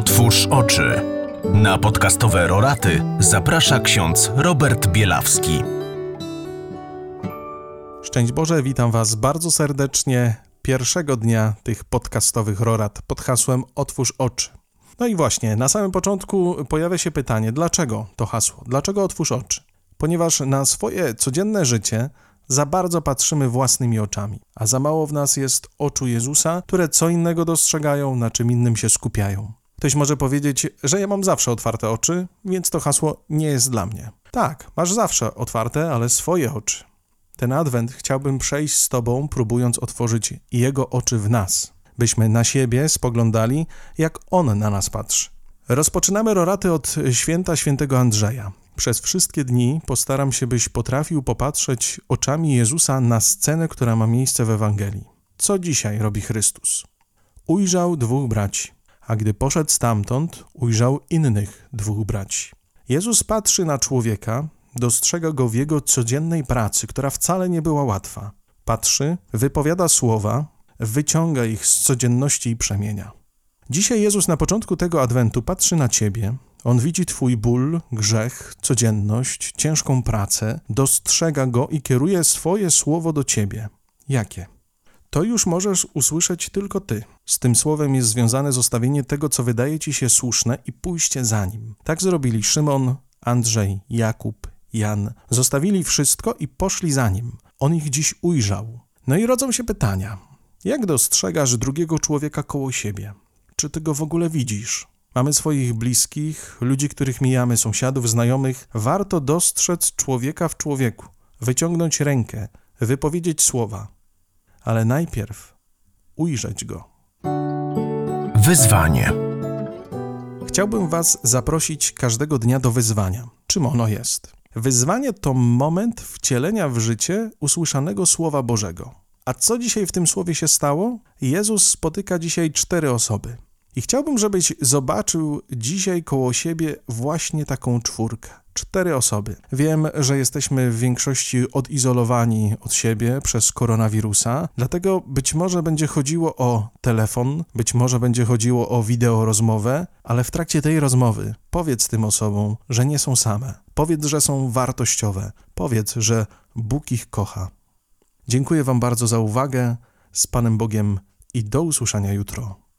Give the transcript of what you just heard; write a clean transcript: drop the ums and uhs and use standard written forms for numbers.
Otwórz oczy. Na podcastowe roraty zaprasza ksiądz Robert Bielawski. Szczęść Boże, witam Was bardzo serdecznie pierwszego dnia tych podcastowych rorat pod hasłem Otwórz oczy. No i właśnie, na samym początku pojawia się pytanie, dlaczego to hasło? Dlaczego Otwórz oczy? Ponieważ na swoje codzienne życie za bardzo patrzymy własnymi oczami, a za mało w nas jest oczu Jezusa, które co innego dostrzegają, na czym innym się skupiają. Ktoś może powiedzieć, że ja mam zawsze otwarte oczy, więc to hasło nie jest dla mnie. Tak, masz zawsze otwarte, ale swoje oczy. Ten adwent chciałbym przejść z Tobą, próbując otworzyć Jego oczy w nas, byśmy na siebie spoglądali, jak On na nas patrzy. Rozpoczynamy roraty od święta świętego Andrzeja. Przez wszystkie dni postaram się, byś potrafił popatrzeć oczami Jezusa na scenę, która ma miejsce w Ewangelii. Co dzisiaj robi Chrystus? Ujrzał dwóch braci, a gdy poszedł stamtąd, ujrzał innych dwóch braci. Jezus patrzy na człowieka, dostrzega go w jego codziennej pracy, która wcale nie była łatwa. Patrzy, wypowiada słowa, wyciąga ich z codzienności i przemienia. Dzisiaj Jezus na początku tego adwentu patrzy na ciebie. On widzi twój ból, grzech, codzienność, ciężką pracę, dostrzega go i kieruje swoje słowo do ciebie. Jakie? To już możesz usłyszeć tylko ty. Z tym słowem jest związane zostawienie tego, co wydaje ci się słuszne i pójście za nim. Tak zrobili Szymon, Andrzej, Jakub, Jan. Zostawili wszystko i poszli za nim. On ich dziś ujrzał. No i rodzą się pytania. Jak dostrzegasz drugiego człowieka koło siebie? Czy ty go w ogóle widzisz? Mamy swoich bliskich, ludzi, których mijamy, sąsiadów, znajomych. Warto dostrzec człowieka w człowieku, wyciągnąć rękę, wypowiedzieć słowa. Ale najpierw ujrzeć go. Wyzwanie. Chciałbym Was zaprosić każdego dnia do wyzwania. Czym ono jest? Wyzwanie to moment wcielenia w życie usłyszanego Słowa Bożego. A co dzisiaj w tym słowie się stało? Jezus spotyka dzisiaj 4 osoby. I chciałbym, żebyś zobaczył dzisiaj koło siebie właśnie taką 4. 4 osoby. Wiem, że jesteśmy w większości odizolowani od siebie przez koronawirusa, dlatego być może będzie chodziło o telefon, być może będzie chodziło o wideorozmowę, ale w trakcie tej rozmowy powiedz tym osobom, że nie są same. Powiedz, że są wartościowe. Powiedz, że Bóg ich kocha. Dziękuję Wam bardzo za uwagę. Z Panem Bogiem i do usłyszenia jutro.